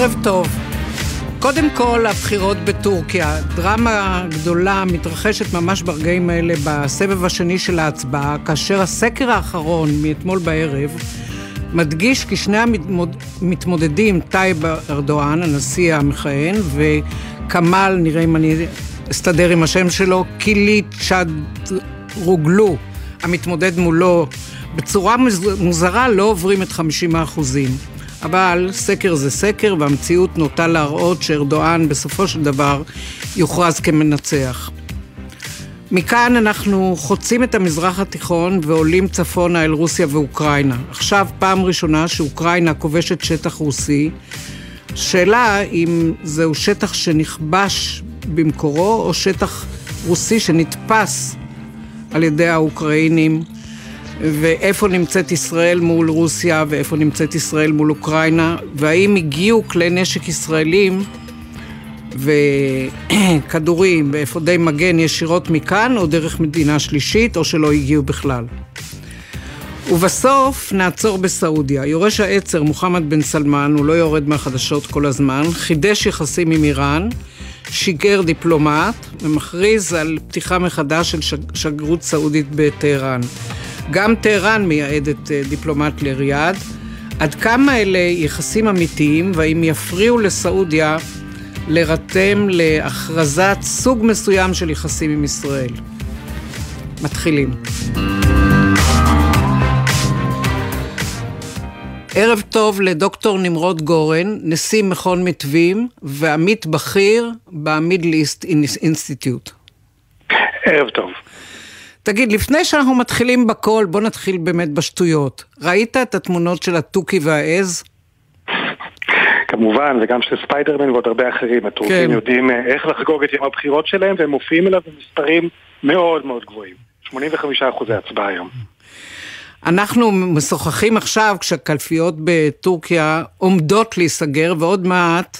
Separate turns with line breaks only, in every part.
ערב טוב. קודם כל, הבחירות בטורקיה. דרמה גדולה מתרחשת ממש ברגעים האלה בסבב השני של ההצבעה, כאשר הסקר האחרון מאתמול בערב מדגיש כי שני המתמודדים, טייב ארדואן, הנשיא המכהן, וכמאל, נראה אם אני אסתדר עם השם שלו, קליצ'דרוגלו, המתמודד מולו, בצורה מוזרה לא עוברים את 50%. אבל סקר זה סקר, והמציאות נוטה להראות שארדואן בסופו של דבר יוכרז כמנצח. מכאן אנחנו חוצים את המזרח התיכון ועולים צפונה אל רוסיה ואוקראינה. עכשיו פעם ראשונה שאוקראינה כובשת שטח רוסי. שאלה אם זהו שטח שנכבש במקורו או שטח רוסי שנתפס על ידי האוקראינים, ואיפה נמצאת ישראל מול רוסיה ואיפה נמצאת ישראל מול אוקראינה, והאם הגיעו כלי נשק ישראלים וכדורים ואפודי מגן ישירות מכאן או דרך מדינה שלישית או שלא הגיעו בכלל. ובסוף נעצור בסעודיה. יורש העצר מוחמד בן סלמן, הוא לא יורד מהחדשות כל הזמן, חידש יחסים עם איראן, שיגר דיפלומט ומכריז על פתיחה מחדש של שגרירות סעודית בטהרן. גם טהרן מייעדת דיפלומט לריאד. עד כמה אלה יחסים אמיתיים, והאם יפריעו לסעודיה לרתם להכרזת סוג מסוים של יחסים עם ישראל? מתחילים. ערב טוב לדוקטור נמרוד גורן, נשיא מכון מתווים ועמית בכיר במידל איסט אינסטיטוט.
ערב טוב.
תגיד, לפני שאנחנו מתחילים בכל, בוא נתחיל באמת בשטויות. ראית את התמונות של התוכי והעז?
כמובן, וגם של ספיידרמן ועוד הרבה אחרים. הטורקים יודעים איך לחגוג את יום הבחירות שלהם, והם מופיעים אליו במספרים מאוד מאוד גבוהים. 85% הצבעה היום.
אנחנו משוחחים עכשיו כשהקלפיות בטורקיה עומדות להיסגר, ועוד מעט,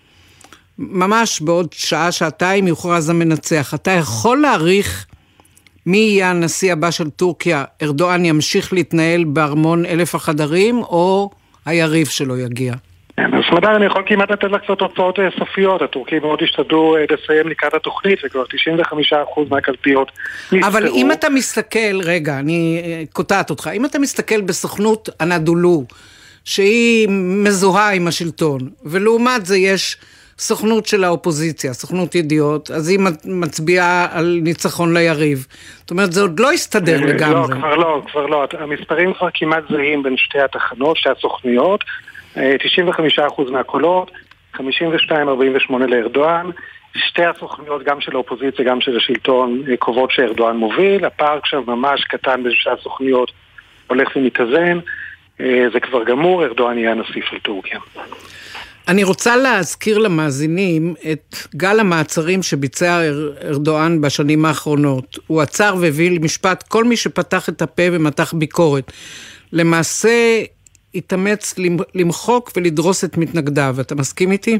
ממש בעוד שעה, שעתיים, יוכרז המנצח. אתה יכול להעריך מי יהיה הנשיא הבא של טורקיה? ארדואן ימשיך להתנהל בארמון 1,000 החדרים, או היריב שלו יגיע?
אז מדע, אני יכול כמעט לתת לך קצת תוצאות סופיות. הטורקים מאוד השתדלו לסיים לקראת התוכנית, וכבר 95% מהקלפיות נסתרו.
אבל אם אתה מסתכל, רגע, אני קוטעת אותך, אם אתה מסתכל בסוכנות אנדולו, שהיא מזוהה עם השלטון, ולעומת זה יש סוכנות של האופוזיציה, סוכנות ידיעות, אז היא מצביעה על ניצחון ליריב. זאת אומרת, זה עוד לא הסתדר לגמרי.
לא, כבר לא. המספרים כבר כמעט זהים בין שתי התחנות, שתי הסוכניות, 95% מהקולות, 52-48 לארדואן. שתי הסוכניות, גם של האופוזיציה, גם של השלטון, קובעות שארדואן מוביל. הפער עכשיו ממש קטן בין שתי הסוכניות, הולך ומתאזן. זה כבר גמור, ארדואן יהיה הנשיא של טורקיה.
אני רוצה להזכיר למאזינים את גל המעצרים שביצע ארדואן בשנים האחרונות. הוא עצר והביא למשפט כל מי שפתח את הפה ומתח ביקורת. למעשה התאמץ למחוק ולדרוס את מתנגדיו. אתה מסכים איתי?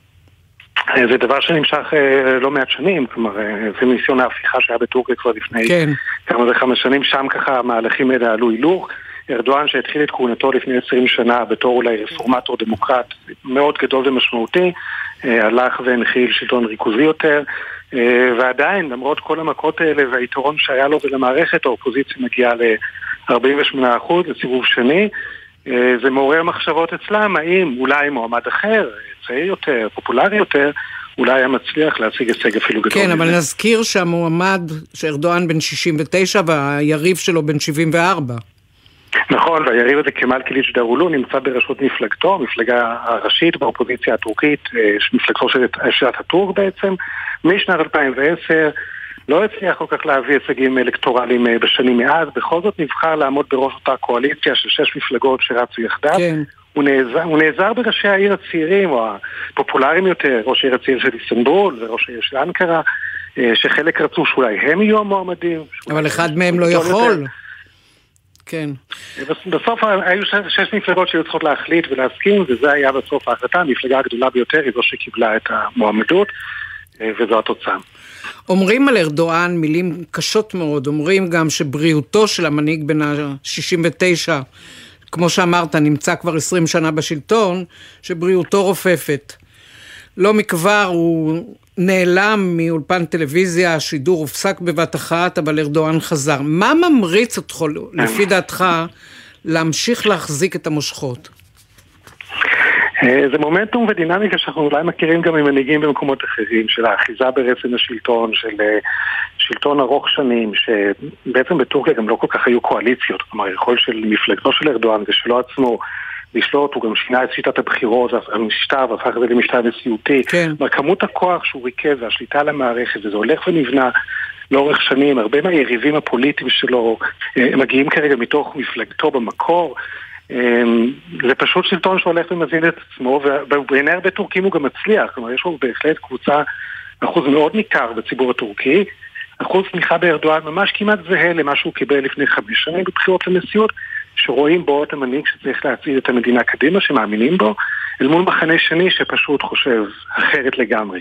זה דבר שנמשך לא מעט שנים, כלומר, זה ניסיון ההפיכה שהיה בטורקיה כבר לפני כמה שנים, שם ככה המהלכים האלה עלו הילוך. ארדואן שהתחיל את כהונתו לפני 20 שנה בתור אולי רפורמטור דמוקרט מאוד גדול ומשמעותי, הלך והנחיל שלטון ריכוזי יותר, ועדיין למרות כל המכות האלה והיתרון שהיה לו ולמערכת, האופוזיציה מגיעה ל-48% לסיבוב שני. זה מעורר מחשבות אצלם, האם אולי מועמד אחר, צעיר יותר, פופולרי יותר, אולי היה מצליח להציג הישג אפילו גדול.
כן, אבל נזכיר שהמועמד, שארדואן בן 69 והיריב שלו בן 74.
נכון, והיריב הזה כמאל קליצ'דרוגלו נמצא בראשות מפלגתו, המפלגה הראשית באופוזיציה הטורקית, מפלגתו של הטורק בעצם, משנת 2010, לא הצליח כל כך להביא הישגים אלקטורליים בשנים מאז, בכל זאת נבחר לעמוד בראש אותה קואליציה של 6 מפלגות שרצו יחדיו.
כן.
הוא נעזר בראשי העיר הצעירים, או הפופולריים יותר, ראש העיר הצעיר של איסטנבול וראש העיר של אנקרה, שחלק רצו שאולי הם יהיו המועמדים.
אבל אחד מהם לא יכול. כן.
בסוף היו 6 מפלגות שהיו צריכות להחליט ולהסכים, וזה היה בסוף ההחלטה. המפלגה הגדולה ביותר היא זו שקיבלה את המועמדות, וזו התוצאה.
אומרים על ארדואן מילים קשות מאוד, אומרים גם שבריאותו של המנהיג בן ה-69 כמו שאמרת, נמצא כבר 20 שנה בשלטון, שבריאותו רופפת. לא מכבר הוא נעלם מאולפן טלוויזיה, השידור הופסק בבת אחת, אבל ארדואן חזר. מה ממריץ אותך, לפי דעתך, להמשיך להחזיק את המושכות?
זה מומנטום ודינמיקה שאנחנו אולי מכירים גם ממנהיגים במקומות אחרים, של האחיזה ברסן השלטון, של שלטון ארוך שנים, שבעצם בטורקיה גם לא כל כך היו קואליציות, כלומר, יכול של מפלגתו של ארדואן ושלו עצמו לשלוט, הוא גם שינה את שיטת הבחירות, המשטר, והפך את זה למשטר נשיאותי.
כן.
כמות הכוח שהוא ריכז והשליטה על המערכת, וזה הולך ונבנה לאורך שנים, הרבה מהיריבים הפוליטיים שלו מגיעים כרגע מתוך מפלגתו במקור, זה פשוט שלטון שהולך ומזין את עצמו, ובעיני הרבה טורקים הוא גם מצליח, כלומר יש לו בהחלט קבוצה, אחוז מאוד ניכר בציבור הטורקי, אחוז תמיכה בארדואן ממש כמעט זהה למה שהוא קיבל לפני 5 שנים בבחירות לנשיאות, שרואים בו את המנהיג שצריך להצעיד את המדינה קדימה, שמאמינים בו, אל מול מחנה שני שפשוט חושב אחרת לגמרי.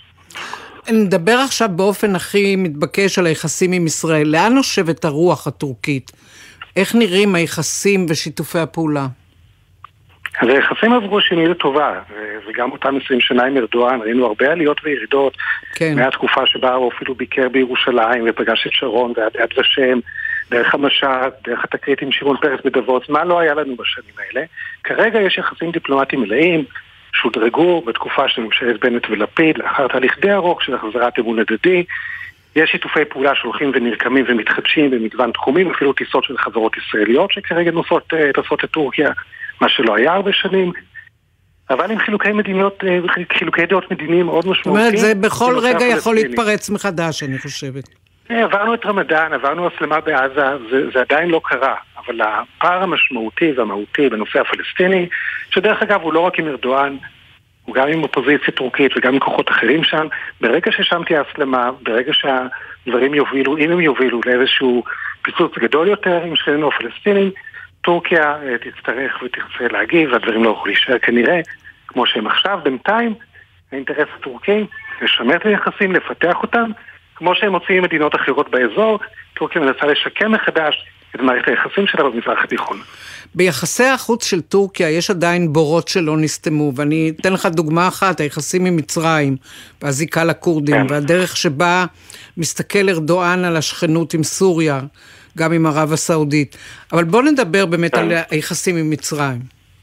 נדבר עכשיו באופן הכי מתבקש על היחסים עם ישראל. לאן נושבת הרוח הטורקית? איך נראים היחסים ושיתופי הפעולה?
אז היחסים עברו שינוי לטובה, וגם אותם 20 שנה עם ארדואן, ראינו הרבה עליות וירידות, כן. מהתקופה שבה הוא אפילו ביקר בירושלים, ופגש את שרון ועד יד ושם, דרך המשט, דרך התקרית עם שמעון פרס בדבוץ, מה לא היה לנו בשנים האלה? כרגע יש יחסים דיפלומטיים מלאים, שודרגו בתקופה של ממשלת בנט ולפיד, לאחר תהליך די ארוך של החזרת אמון הדדי, יש שיתופי פעולה שהולכים ונרקמים ומתחדשים במגוון תחומים, אפילו טיסות של חברות ישראליות שכרגע טסות לטורקיה, מה שלא היה הרבה שנים, אבל עם חילוקי דעות מדיניים מאוד משמעותיים.
זאת אומרת, זה בכל רגע יכול להתפרץ מחדש, אני חושבת.
עברנו את רמדאן, עברנו הסלמה בעזה, זה עדיין לא קרה, אבל הפער המשמעותי והמהותי בנושא הפלסטיני, שדרך אגב הוא לא רק עם ארדואן, הוא גם עם אופוזיציה טורקית וגם עם כוחות אחרים שם, ברגע ששם תהיה הסלמה, ברגע שהדברים יובילו, אם הם יובילו לאיזשהו פיצוץ גדול יותר עם שכנינו הפלסטינים, טורקיה תצטרך ותרצה להגיב, והדברים לא יכולו להישאר כנראה, כמו שהם עכשיו. בינתיים, האינטרס הטורקי לשמר את היחסים, לפתח אותם, כמו שהם מוצאים מדינות אחרות באזור, טורקיה מנסה לשקם מחדש את מערכת היחסים שלה במזרח התיכון.
ביחסי החוץ של טורקיה יש עדיין בורות שלא נסתמו, ואני אתן לך דוגמה אחת, היחסים עם מצרים, והזיקה לקורדים, והדרך שבה מסתכל ארדואן על השכנות עם סוריה, גם עם ערב הסעודית. אבל בוא נדבר באמת על היחסים עם מצרים.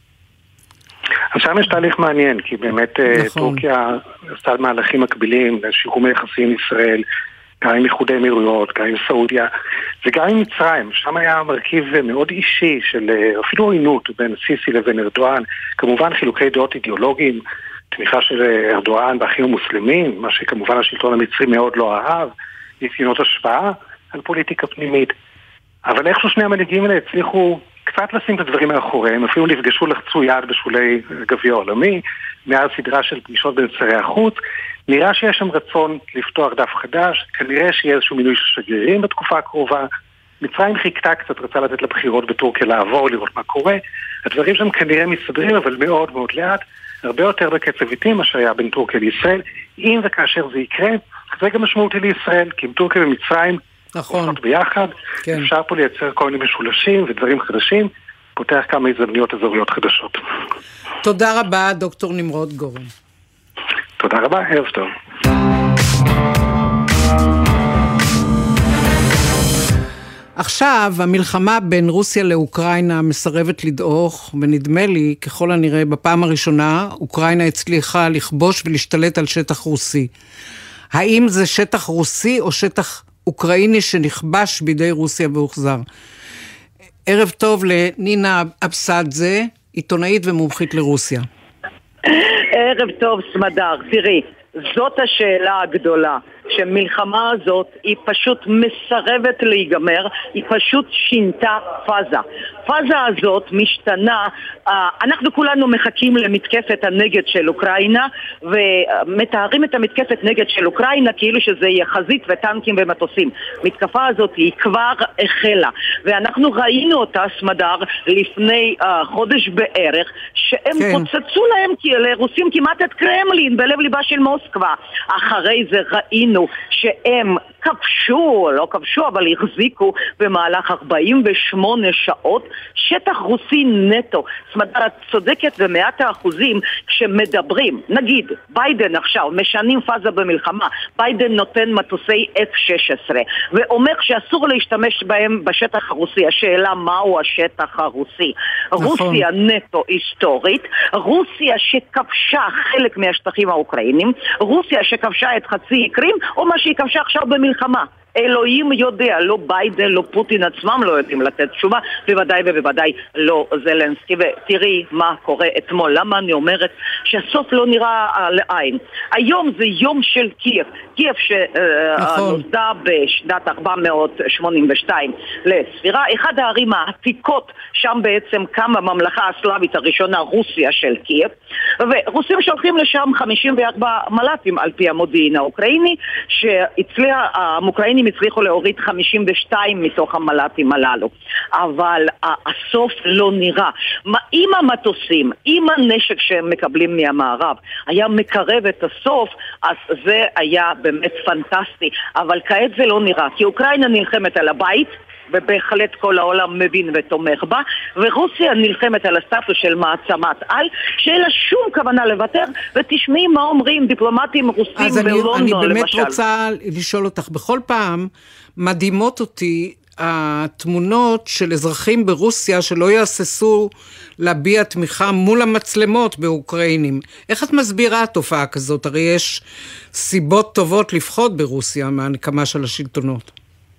אז שם יש תהליך מעניין, כי באמת טורקיה עשתה מהלכים מקבילים לשיקום היחסים עם ישראל, גם עם איחוד האמירויות, גם עם סעודיה, וגם עם מצרים. שם היה מרכיב מאוד אישי של אפילו עוינות בין סיסי לבין ארדואן, כמובן חילוקי דעות אידיאולוגיים, תמיכה של ארדואן באחים המוסלמים, מה שכמובן השלטון המצרי מאוד לא אהב, ניסיונות השפעה על פוליטיקה פנימית. אבל איכשהו שני המנהיגים האלה הצליחו קצת לשים את הדברים מאחוריהם, אפילו נפגשו לחצו יד בשולי גביע העולמי, מאז סדרה של פגישות בין שרי החוץ, נראה שיש שם רצון לפתוח דף חדש, כנראה שיהיה איזשהו מינוי של שגרירים בתקופה הקרובה, מצרים חיכתה קצת, רצה לתת לבחירות בטורקיה לעבור, לראות מה קורה, הדברים שם כנראה מסתדרים, אבל מאוד מאוד לאט, הרבה יותר בקצב איטי מה שהיה בין טורקיה לישראל, אם וכאשר זה יקרה, זה גם משמעותי לישראל, כי עם טורקיה ומצרים,
נכון.
ביחד, כן. אפשר פה לייצר כל מיני משולשים ודברים חדשים, פותח כמה הזדמנויות אזוריות חדשות.
תודה רבה, דוקטור נמרוד גורן.
תודה רבה, ערב טוב.
עכשיו, המלחמה בין רוסיה לאוקראינה מסרבת לדעוך, ונדמה לי, ככל הנראה, בפעם הראשונה, אוקראינה הצליחה לכבוש ולהשתלט על שטח רוסי. האם זה שטח רוסי או שטח אוקראיני שנכבש בידי רוסיה והוחזר? ערב טוב לנינה אבסדזה, עיתונאית ומומחית לרוסיה.
ערב טוב סמדר, תראי, זאת השאלה הגדולה, שמלחמה הזאת היא פשוט מסרבת להיגמר, היא פשוט שינתה פאזה. פאזה הזאת משתנה, אנחנו כולנו מחכים למתקפת הנגד של אוקראינה, ומתארים את המתקפת נגד של אוקראינה כאילו שזה יהיה חזית וטנקים ומטוסים. מתקפה הזאת היא כבר החלה, ואנחנו ראינו אותה סמדר לפני חודש בערך, שהם פוצצו להם לרוסים כמעט את קרמלין בלב ליבה של מוסקבה. אחרי זה ראינו שהם לא כבשו, אבל החזיקו במהלך 48 שעות שטח רוסי נטו. סמדר, את צודקת ב100%, כשמדברים, נגיד, ביידן עכשיו, משנים פאזה במלחמה, ביידן נותן מטוסי F-16, ואומר שאסור להשתמש בהם בשטח הרוסי. השאלה מהו השטח הרוסי? נכון. רוסיה נטו היסטורית, רוסיה שכבשה חלק מהשטחים האוקראינים, רוסיה שכבשה את חצי קרים, או מה שהיא כבשה עכשיו במלחמה. אלוהים יודע, לא ביידן, לא פוטין עצמם לא יודעים לתת תשובה, בוודאי ובוודאי לא זלנסקי. ותראי מה קורה אתמול. למה אני אומרת שהסוף לא נראה לעין? היום זה יום של קייב. קייב שנוסדה בשנת 482 לספירה, אחד הערים העתיקות, שם בעצם קמה הממלכה הסלאבית הראשונה, רוסיה של קייב, ורוסים שולחים לשם 54 מל"טים על פי המודיעין האוקראיני, האוקראינים הצליחו להוריד 52 מתוך המל"טים הללו. אבל הסוף לא נראה. אם המטוסים, אם הנשק שהם מקבלים מהמערב היה מקרב את הסוף, אז זה היה באמת פנטסטי. אבל כעת זה לא נראה, כי אוקראינה נלחמת על הבית, ובהחלט כל העולם מבין ותומך בה, ורוסיה נלחמת על הסטטוס של מעצמת על, שאין לה שום כוונה לוותר, ותשמעי מה אומרים דיפלומטים רוסים בלונדון למשל. אז אני באמת רוצה
לשאול אותך, בכל פעם מדהימות אותי התמונות של אזרחים ברוסיה שלא יעשסו להביע תמיכה מול המצלמות באוקראינים. איך את מסבירה התופעה כזאת? הרי יש סיבות טובות לפחות ברוסיה מהנקמה של השלטונות.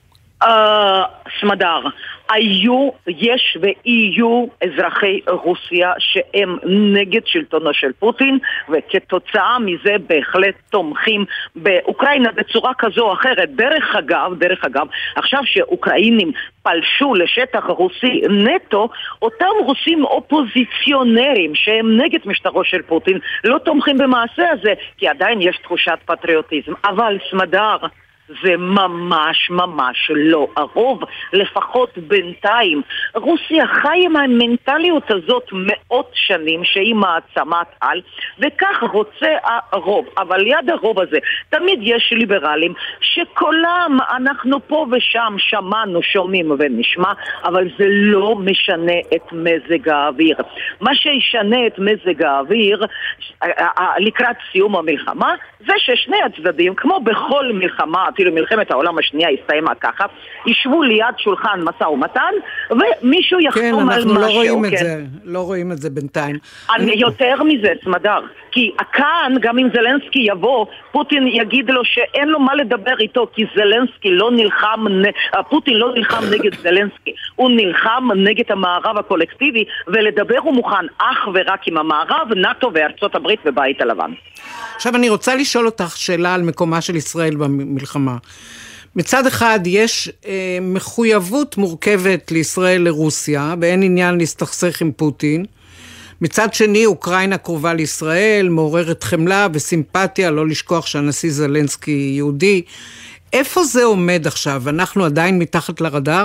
סמדר, יש ויהיו אזרחי רוסיה שהם נגד שלטונו של פוטין, וכתוצאה מזה בהחלט תומכים באוקראינה בצורה כזו או אחרת. דרך אגב, עכשיו שאוקראינים פלשו לשטח רוסי נטו, אותם רוסים אופוזיציונרים שהם נגד משטרו של פוטין לא תומכים במעשה הזה, כי עדיין יש תחושת פטריוטיזם. אבל סמדר, זה ממש לא הרוב, לפחות בינתיים. רוסיה חי עם המנטליות הזאת מאות שנים שהיא מעצמת על, וכך רוצה הרוב. אבל ליד הרוב הזה תמיד יש ליברלים שקולם אנחנו פה ושם שמענו, שומעים ונשמע, אבל זה לא משנה את מזג האוויר. מה שישנה את מזג האוויר לקראת סיום המלחמה זה ששני הצדדים, כמו בכל מלחמה, אפילו מלחמת העולם השנייה הסתיימה ככה, ישבו ליד שולחן משא ומתן, ומישהו יחתום על משהו.
כן, אנחנו לא רואים את זה בינתיים.
יותר מזה, סמדר, כי כאן, גם אם זלנסקי יבוא, פוטין יגיד לו שאין לו מה לדבר איתו, כי זלנסקי לא נלחם, פוטין לא נלחם נגד זלנסקי, הוא נלחם נגד המערב הקולקטיבי, ולדבר הוא מוכן אך ורק עם המערב, נאטו וארצות הברית ובית הלבן.
עכשיו אני רוצה לשאול אותך שאלה על מקומה של ישראל במלחמה. מצד אחד יש מחויבות מורכבת לישראל לרוסיה, ואין עניין להסתכסך עם פוטין. מצד שני, אוקראינה קרובה לישראל, מעוררת חמלה וסימפתיה, לא לשכוח שהנשיא זלנסקי יהודי. איפה זה עומד עכשיו? אנחנו עדיין מתחת לרדאר?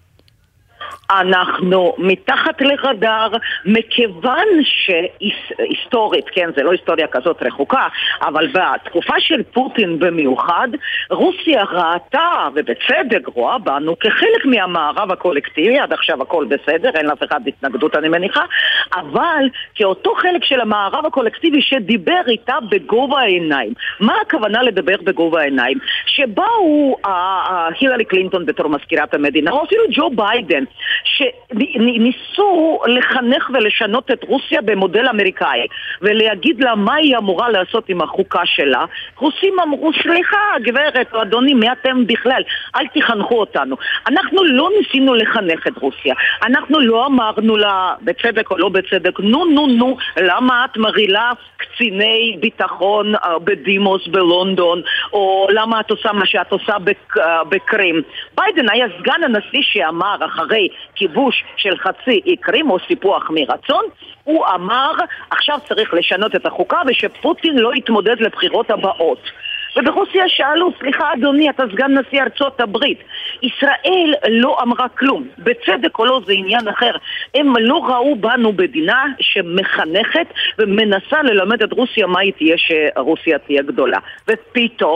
אנחנו מתחת לרדאר, מכיוון שהיסטורית, כן, זה לא היסטוריה כזאת רחוקה, אבל בתקופה של פוטין במיוחד, רוסיה ראתה, ובצדק רואה בנו, כחלק מהמערב הקולקטיבי, עד עכשיו הכל בסדר, אין לאף אחד התנגדות אני מניחה, אבל כאותו חלק של המערב הקולקטיבי שדיבר איתה בגובה העיניים. מה הכוונה לדבר בגובה העיניים? שבאו הילרי קלינטון בתור מזכירת המדינה, או אפילו ג'ו ביידן, שניסו לחנך ולשנות את רוסיה במודל אמריקאי ולהגיד לה מה היא אמורה לעשות עם החוקה שלה. רוסים אמרו, סליחה גברת או אדוני, מי אתם בכלל? אל תחנכו אותנו. אנחנו לא ניסינו לחנך את רוסיה, אנחנו לא אמרנו לה בצדק או לא בצדק, נו, למה את מרעילה קציני ביטחון בדימוס בלונדון, או למה את עושה מה שאת עושה בקרים. ביידן היה סגן הנשיא שאמר אחרי כיבוש של חצי אי קרים או סיפוח מרצון, הוא אמר עכשיו צריך לשנות את החוקה ושפוטין לא יתמודד לבחירות הבאות. וברוסיה שאלו, סליחה אדוני, אתה סגן נשיא ארצות הברית. ישראל לא אמרה כלום. בצדק או לא זה עניין אחר. הם לא ראו בנו מדינה שמחנכת ומנסה ללמד את רוסיה מה היא תהיה שרוסיה תהיה גדולה. ופתאום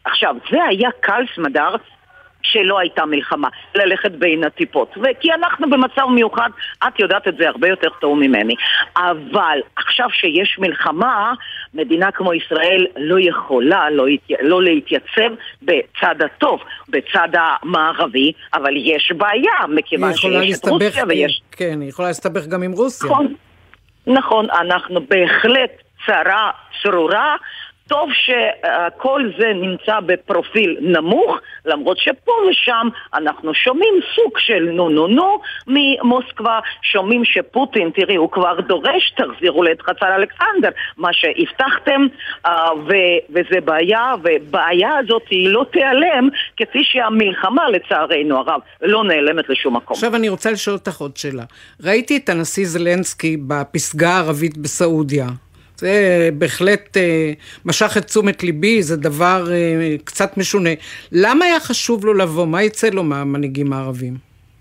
עכשיו, זה היה קל סמדר שלא הייתה מלחמה, ללכת בין הטיפות. כי אנחנו במצב מיוחד, את יודעת את זה הרבה יותר טוב ממני. אבל עכשיו שיש מלחמה, מדינה כמו ישראל לא יכולה לא להתייצב בצד הטוב, בצד המערבי, אבל יש בעיה, מכיוון שיש את רוסיה ויש...
כן, היא יכולה להסתבך גם עם רוסיה.
נכון, אנחנו בהחלט צרה צרורה, טוב שכל זה נמצא בפרופיל נמוך, למרות שפה ושם אנחנו שומעים סוג של נו ממוסקבה, שומעים שפוטין, תראי, הוא כבר דורש, תחזירו את חצר אלכסנדר, מה שהבטחתם, וזה בעיה, ובעיה הזאת היא לא תיעלם, כפי שהמלחמה לצערנו הרב לא נעלמת לשום מקום.
עכשיו אני רוצה לשאול אותך עוד שאלה. ראיתי את הנשיא זלנסקי בפסגה הערבית בסעודיה. זה בהחלט משך את תשומת ליבי, זה דבר קצת משונה. למה היה חשוב לו לבוא? מה יצא לו מהמנהיגים הערבים?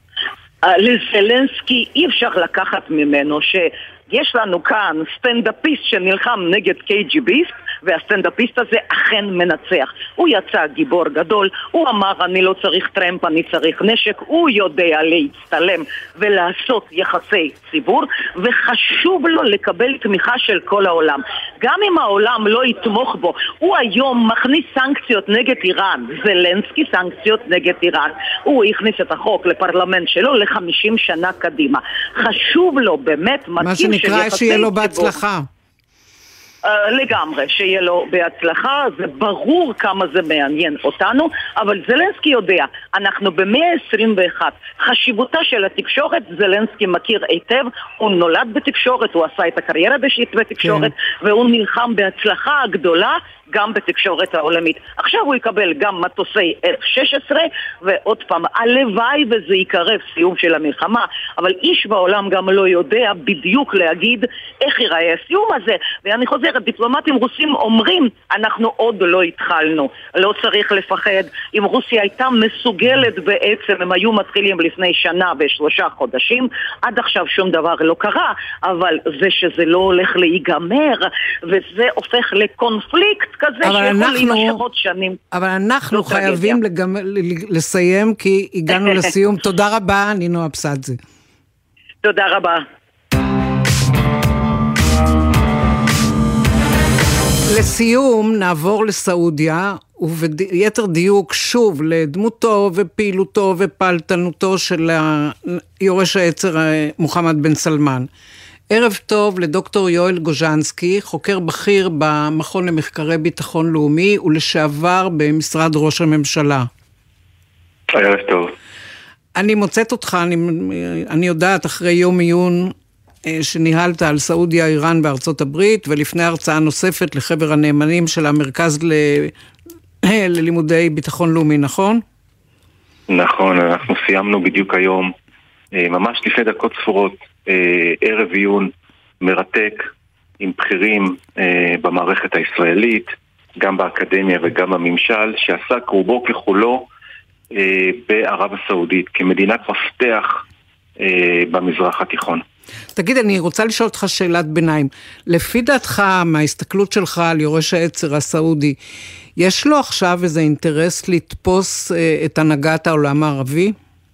לזלנסקי אי אפשר לקחת ממנו שיש לנו כאן סטנדאפיסט שנלחם נגד קייג'יביסט, והסטנדאפיסט הזה אכן מנצח. הוא יצא גיבור גדול, הוא אמר אני לא צריך טרמפ, אני צריך נשק, הוא יודע להצטלם ולעשות יחסי ציבור, וחשוב לו לקבל תמיכה של כל העולם. גם אם העולם לא יתמוך בו, הוא היום מכניס סנקציות נגד איראן, זלנסקי סנקציות נגד איראן. הוא הכניס את החוק לפרלמנט שלו ל50 שנה קדימה. חשוב לו באמת
מה שנקרא שיהיה לו בהצלחה.
לגמרי, שיהיה לו בהצלחה, זה ברור כמה זה מעניין אותנו, אבל זלנסקי יודע, אנחנו במאה ה-21, חשיבותה של התקשורת, זלנסקי מכיר היטב, הוא נולד בתקשורת, הוא עשה את הקריירה בתקשורת, והוא נלחם בהצלחה הגדולה, גם בתקשורת העולמית. עכשיו הוא יקבל גם מטוסי F-16, ועוד פעם, הלוואי וזה יקרב סיום של המלחמה, אבל איש בעולם גם לא יודע בדיוק להגיד איך ייראה הסיום הזה, ואני חוזרת, דיפלומטים רוסים אומרים, אנחנו עוד לא התחלנו, לא צריך לפחד. אם רוסיה הייתה מסוגלת בעצם, הם היו מתחילים לפני שנה ו3 חודשים, עד עכשיו שום דבר לא קרה, אבל זה שזה לא הולך להיגמר, וזה הופך לקונפליקט כזה שיכול להימשך עוד שנים.
אבל אנחנו חייבים לסיים, כי הגענו לסיום. תודה רבה, נינו אבסדזה.
תודה רבה.
לסיום נעבור לסעודיה, וביתר דיוק שוב לדמותו ופעילותו ופעלתנותו של יורש העצר מוחמד בן סלמן. ערב טוב לדוקטור יואל גוז'נסקי, חוקר בכיר במכון למחקרי ביטחון לאומי ולשעבר במשרד ראש הממשלה.
ערב טוב.
אני מוצאת אותך, אני יודעת, אחרי יום עיון שניהלת על סעודיה, איראן וארצות הברית, ולפני הרצאה נוספת לחבר הנאמנים של המרכז ללימודי ביטחון לאומי, נכון?
נכון, אנחנו סיימנו בדיוק היום, ממש לפני דקות ספורות, ערב עיון מרתק עם בכירים במערכת הישראלית, גם באקדמיה וגם בממשל, שעסק רובו ככולו בערב הסעודית, כמדינת מפתח במזרח התיכון.
תגיד, אני רוצה לשאול אותך שאלת ביניים. לפי דעתך, מההסתכלות שלך על יורש העצר הסעודי, יש לו עכשיו איזה אינטרס לתפוס את הנהגת העולם הערבי?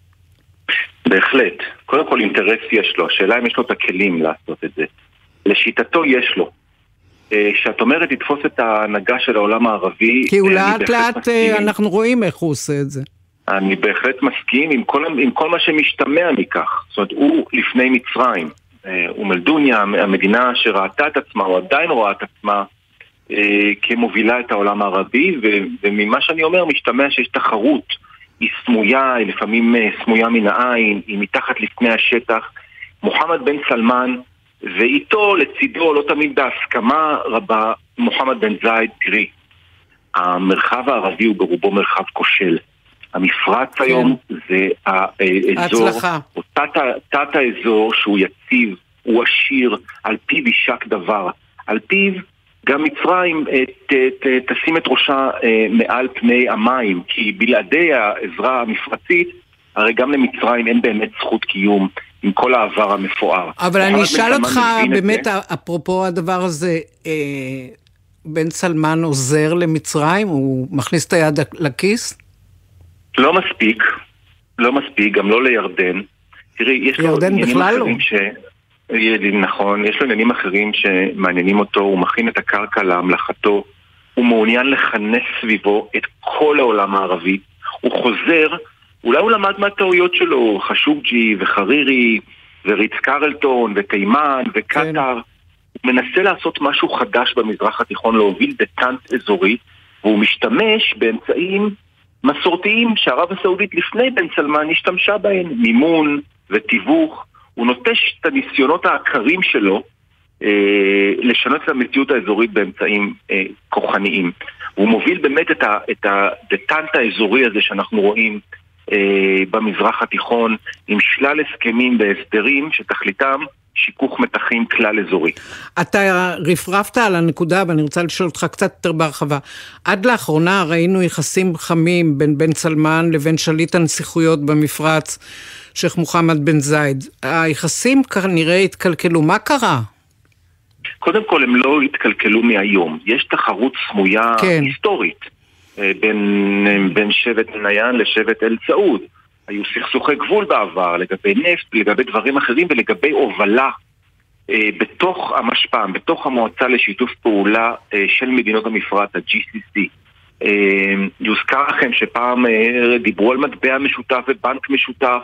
בהחלט. קודם כל אינטרס יש לו. השאלה אם יש לו את הכלים לעשות את זה. לשיטתו יש לו. שאת אומרת לתפוס את ההנהגה של העולם הערבי...
כי הוא לאט לאט אנחנו רואים איך הוא עושה את זה.
אני בהחלט מסכים עם כל מה שמשתמע מכך. זאת אומרת, הוא לפני מצרים, ומלדוניה, המדינה שראתה את עצמה, או עדיין רואה את עצמה, כמובילה את העולם הערבי, וממה שאני אומר, משתמע שיש תחרות, היא סמויה, היא לפעמים סמויה מן העין, היא מתחת לפני השטח. מוחמד בן סלמן, ואיתו לצידו, לא תמיד בהסכמה רבה, מוחמד בן זייד, תראי, המרחב הערבי הוא ברובו מרחב כושל. המפרץ היום זה האזור, או תת האזור שהוא יציב, הוא עשיר, על פיו יישק דבר. על פיו גם מצרים תשים את ראשה מעל פני המים, כי בלעדי העזרה המפרצית, הרי גם למצרים אין באמת זכות קיום עם כל העבר המפואר.
אבל אני אשאל אותך באמת, אפרופו הדבר הזה, בן סלמן עוזר למצרים? הוא מכניס את היד לכיס?
לא מספיק, גם לא לירדן. תראי, יש לו עניינים אחרים נכון, יש לו עניינים אחרים שמעניינים אותו, הוא מכין את הקרקע להמלכתו, הוא מעוניין לכנס סביבו את כל העולם הערבי, הוא חוזר, אולי הוא למד מהטעויות שלו, חשוג'י וחרירי וריץ קרלטון ותימן וקטר, הוא מנסה לעשות משהו חדש במזרח התיכון, להוביל דטנט אזורי, והוא משתמש באמצעים מסורתיים שערב הסעודית לפני בן סלמן השתמשה בהן, מימון ותיווך. הוא נוטש את הניסיונות העקרים שלו לשנות את המציאות האזורית באמצעים כוחניים. הוא מוביל באמת את הדטנט האזורי הזה שאנחנו רואים במזרח התיכון, עם שלל הסכמים והסדרים שתכליתם שיכוך מתחים כלל אזורי.
אתה רפרפת על הנקודה, ואני רוצה לשאול אותך קצת יותר בהרחבה. עד לאחרונה ראינו יחסים חמים בין בן סלמן לבין שליט הנסיכויות במפרץ, שייך מוחמד בן זייד. היחסים כנראה התקלקלו. מה קרה?
קודם כל הם לא התקלקלו מהיום. יש תחרות סמויה היסטורית בין שבט ניין לשבט אל סעוד. היו סכסוכי גבול בעבר לגבי נפט, לגבי דברים אחרים ולגבי הובלה בתוך המשפ"ם, בתוך המועצה לשיתוף פעולה של מדינות המפרץ, ה-GCC. יוזכר לכם שפעם דיברו על מטבע משותף ובנק משותף,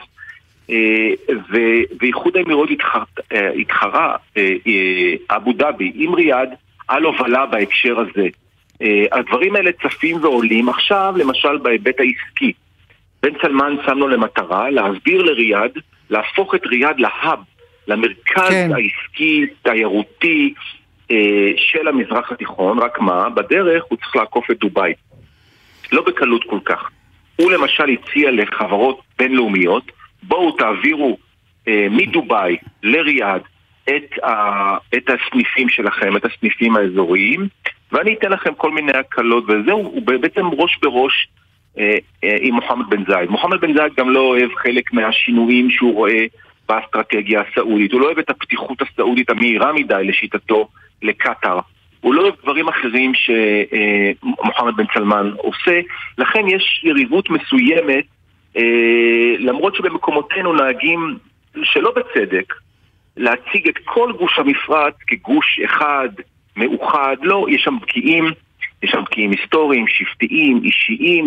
ואיחוד האמירויות התחרה אבו דאבי עם ריאד על הובלה בהקשר הזה. הדברים האלה צפים ועולים עכשיו, למשל בהיבט העסקי. בן סלמן שם לו למטרה להסביר לריאד, להפוך את ריאד להאב, למרכז העסקי, תיירותי של המזרח התיכון, רק מה, בדרך הוא צריך לעקוף את דוביי. לא בקלות כל כך. הוא למשל הציע לחברות בינלאומיות, בואו תעבירו מדוביי לריאד את הסניפים שלכם, את הסניפים האזוריים, ואני אתן לכם כל מיני הקלות, וזהו, הוא בעצם ראש בראש עם מוחמד בן זייד. מוחמד בן זייד גם לא אוהב חלק מהשינויים שהוא רואה באסטרטגיה הסעודית. הוא לא אוהב את הפתיחות הסעודית המהירה מדי לשיטתו לקטר. הוא לא אוהב דברים אחרים שמוחמד בן סלמן עושה. לכן יש יריבות מסוימת, למרות שבמקומותינו נהגים שלא בצדק להציג את כל גוש המפרץ כגוש אחד, מאוחד. לא, יש שם בקיעים. יש שם בקיעים היסטוריים, שבטיים, אישיים,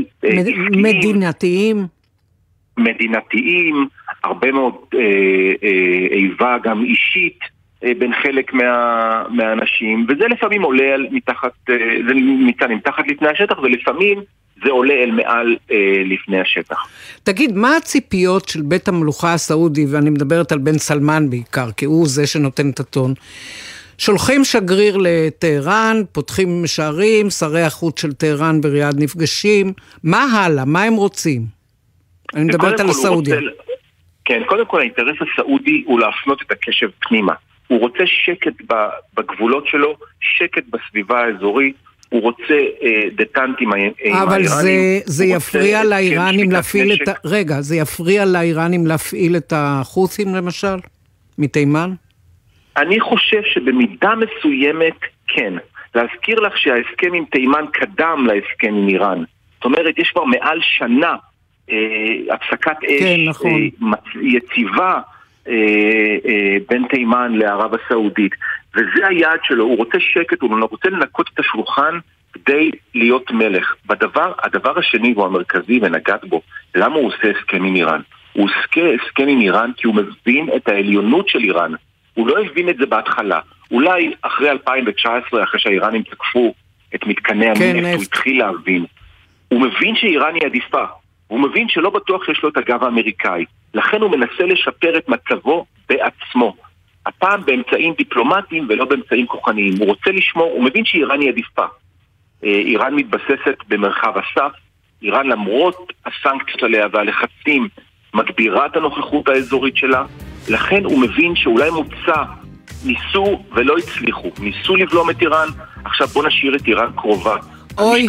מדינתיים, הרבה מאוד איבה גם אישית בין חלק מהאנשים, וזה לפעמים עולה מתחת, זה ניתן מתחת לפני השטח, ולפעמים זה עולה אל מעל לפני השטח.
תגיד, מה הציפיות של בית המלוכה הסעודי, ואני מדברת על בן סלמן בעיקר, כי הוא זה שנותן את הטון, שולחים שגריר לטהרן, פותחים שערים, שרי החוץ של טהרן וריאד נפגשים. מה הלאה? מה הם רוצים? אני מדברת על הסעודיה.
כן, קודם כל האינטרס הסעודי הוא להפנות את הקשב פנימה. הוא רוצה שקט בגבולות שלו, שקט בסביבה האזורית, הוא רוצה דטנטים האיראנים.
אבל זה יפריע לאיראנים להפעיל את... רגע, זה יפריע לאיראנים להפעיל את החות'ים למשל? מתימן?
אני חושב שבמידה מסוימת כן. להזכיר לך שההסכם עם תימן קדם להסכם עם איראן. זאת אומרת, יש כבר מעל שנה הפסקת אש,
כן, נכון.
יציבה בין תימן לערב הסעודית. וזה היעד שלו, הוא רוצה שקט, הוא רוצה לנקות את השולחן כדי להיות מלך. הדבר השני הוא המרכזי ונגעת בו. למה הוא עושה הסכם עם איראן? הוא עושה הסכם עם איראן כי הוא מבין את העליונות של איראן. הוא לא הבין את זה בהתחלה. אולי אחרי 2019, אחרי שהאיראנים תקפו את מתקני הנפט, הוא התחיל להבין. הוא מבין שאיראן היא עדיפה. הוא מבין שלא בטוח שיש לו את הגב האמריקאי. לכן הוא מנסה לשפר את מצבו בעצמו. הפעם באמצעים דיפלומטיים ולא באמצעים כוחניים. הוא רוצה לשמור, הוא מבין שאיראן היא עדיפה. איראן מתבססת במרחב הסף. איראן למרות הסנקציות עליה והלחצים מגבירה את הנוכחות האזורית שלה. לכן הוא מבין שאולי מוצא, ניסו ולא הצליחו, ניסו לבלום את איראן, עכשיו בוא נשאיר את איראן קרובה.
אוי,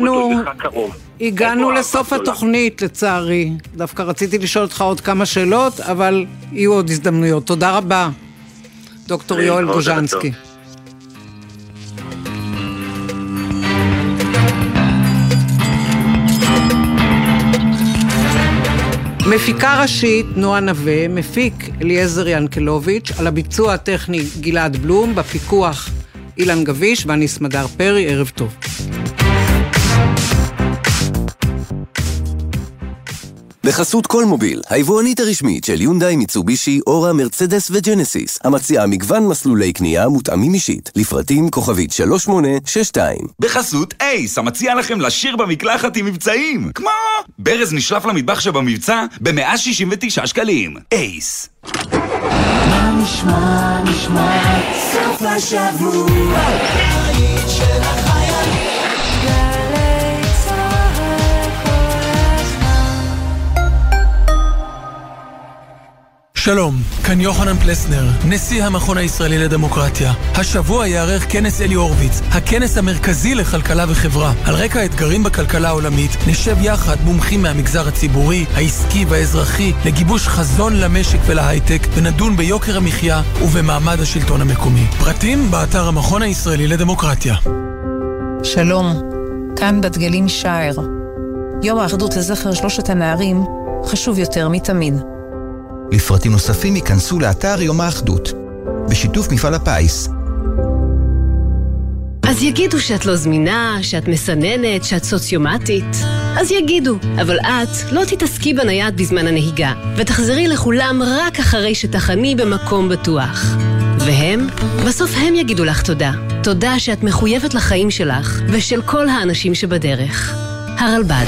הגענו לסוף התוכנית לצערי. דווקא רציתי לשאול אותך עוד כמה שאלות, אבל יהיו עוד הזדמנויות. תודה רבה, דוקטור יואל גוז'נסקי. מפיקה ראשית נועה נווה, מפיק אליעזר ינקלוביץ', על הביצוע הטכני גלעד בלום, בפיקוח אילן גביש ואני סמדר פרי. ערב טוב.
בחסות כל מוביל, היבואנית הרשמית של יונדאי, מיצובישי, אורה, מרצדס וג'נסיס, המציעה מגוון מסלולי קנייה מותאמים אישית, לפרטים כוכבית 3862.
בחסות אייס, המציע לכם לשיר במקלחת עם מבצעים, כמו ברז נשלף למטבח שבמבצע ב-169 שקלים. אייס.
מה נשמע, סוף השבוע, היית של החיילים.
שלום, כאן יוחנן פלסנר, נשיא המכון הישראלי לדמוקרטיה. השבוע יערך כנס אלי הורוביץ, הכנס המרכזי לכלכלה וחברה. על רקע האתגרים בכלכלה העולמית, נשב יחד מומחים מהמגזר הציבורי, העסקי והאזרחי, לגיבוש חזון למשק ולהייטק, ונדון ביוקר המחיה ובמעמד השלטון המקומי. פרטים באתר המכון הישראלי לדמוקרטיה.
שלום, כאן בת גלים שער. יום האחדות לזכר שלושת הנערים חשוב יותר מתמיד.
לפרטים נוספים ייכנסו לאתר יום האחדות, בשיתוף מפעל הפיס.
אז יגידו שאת לא זמינה, שאת מסננת, שאת סוציומטית. אז יגידו, אבל את לא תתעסקי בנייד בזמן הנהיגה, ותחזרי לכולם רק אחרי שתחני במקום בטוח. והם, בסוף הם יגידו לך תודה. תודה שאת מחויבת לחיים שלך, ושל כל האנשים שבדרך. הרלב"ד.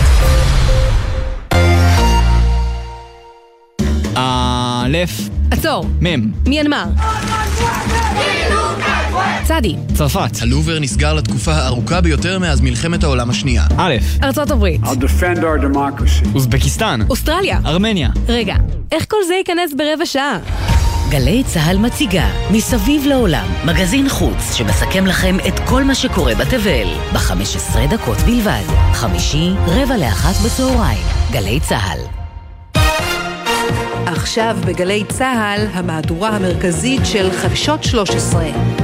א'
עצור.
מ'
מיינמר. צדי.
צרפת.
הלובר נסגר לתקופה הארוכה ביותר מאז מלחמת העולם השנייה.
א'
ארצות הברית.
I'll defend our democracy.
אוזבקיסטן.
אוסטרליה.
ארמניה.
רגע, איך כל זה ייכנס ברבע שעה?
גלי צהל מציגה מסביב לעולם, מגזין חוץ שמסכם לכם את כל מה שקורה בתבל, ב-15 דקות בלבד. חמישי, 12:45 בצהריים. גלי צהל.
עכשיו בגלי צהל, המהדורה המרכזית של חדשות 13.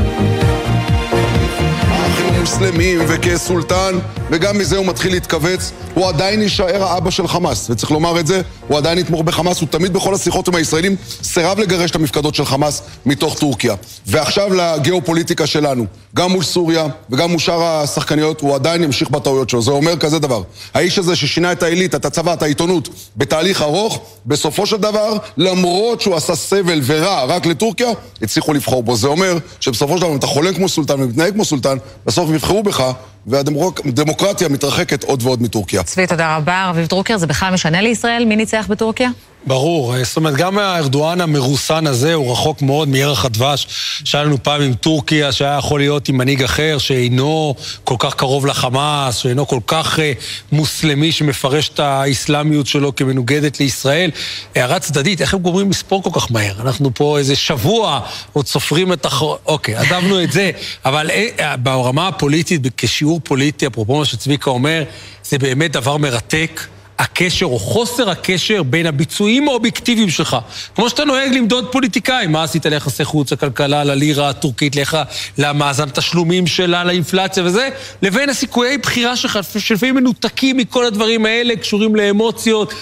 האחים מוסלמים וכסולטן, וגם מזה הוא מתחיל להתכווץ. הוא עדיין יישאר האבא של חמאס, וצריך לומר את זה, הוא עדיין יתמוך בחמאס, הוא תמיד בכל השיחות עם הישראלים סירב לגרש את המפקדות של חמאס מתוך טורקיה. ועכשיו לגיאופוליטיקה שלנו, גם מול סוריה וגם מול שאר השחקניות, הוא עדיין ימשיך בטעויות שלו. זה אומר כזה דבר, האיש הזה ששינה את האליטה, את הצבא, את העיתונות, בתהליך ארוך, בסופו של דבר, למרות שהוא עשה סבל ורע רק לטורקיה, הצליחו לבחור בו. זה אומר שבסופו של דבר, אם אתה חולם כמו סולטן ומתנהג כמו סולטן, בסוף יבחרו בך, והדמוקרטיה מתרחקת עוד ועוד מטורקיה.
צבי, תודה רבה. רביב דרוקר, זה בכלל משנה לישראל? מי ניצח בטורקיה?
ברור, זאת אומרת, גם הארדואן המרוסן הזה הוא רחוק מאוד מערך הדבש שהיה לנו פעם עם טורקיה, שהיה יכול להיות עם מנהיג אחר, שאינו כל כך קרוב לחמאס, שאינו כל כך מוסלמי שמפרש את האסלאמיות שלו כמנוגדת לישראל. הערה צדדית, איך הם גומרים לספור כל כך מהר? אנחנו פה איזה שבוע עוד סופרים את אוקיי, עדבנו את זה, אבל ברמה הפוליטית, כשיעור פוליטי, אפרופו מה שצביקה אומר, זה באמת דבר מרתק. הקשר או חוסר הקשר בין הביצועים האובייקטיביים שלך. כמו שאתה נוהג למדוד פוליטיקאים, מה עשית ליחסי חוץ, הכלכלה, ללירה הטורקית, למאזן תשלומים שלה, לאינפלציה וזה, לבין הסיכויי בחירה שלך, שלפעמים מנותקים מכל הדברים האלה, קשורים לאמוציות.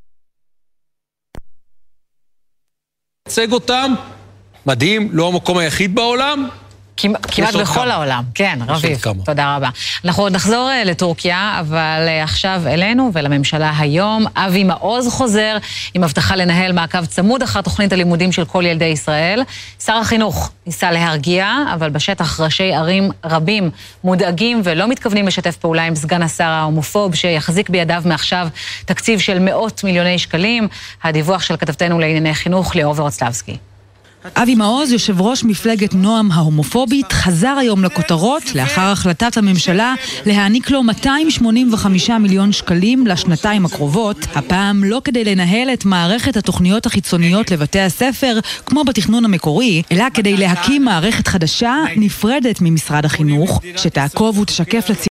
צג אותם, מדהים, לא המקום היחיד בעולם,
כמעט בכל העולם, כן, רביב, תודה רבה. אנחנו עוד נחזור לטורקיה, אבל עכשיו אלינו ולממשלה היום. אבי מעוז חוזר עם הבטחה לנהל מעקב צמוד אחר תוכנית הלימודים של כל ילדי ישראל. שר החינוך ניסה להרגיע, אבל בשטח ראשי ערים רבים מודאגים ולא מתכוונים לשתף פעולה עם סגן השר ההומופוב שיחזיק בידיו מעכשיו תקציב של מאות מיליוני שקלים. הדיווח של כתבתנו לענייני חינוך ליאור ורוצלבסקי.
אבי מעוז, יושב ראש מפלגת נועם ההומופובית, חזר היום לכותרות לאחר החלטת הממשלה להעניק לו 285 מיליון שקלים לשנתיים הקרובות, הפעם לא כדי לנהל את מערכת התוכניות החיצוניות לבתי הספר כמו בתכנון המקורי, אלא כדי להקים מערכת חדשה נפרדת ממשרד החינוך, שתעקוב ותשקף לציבור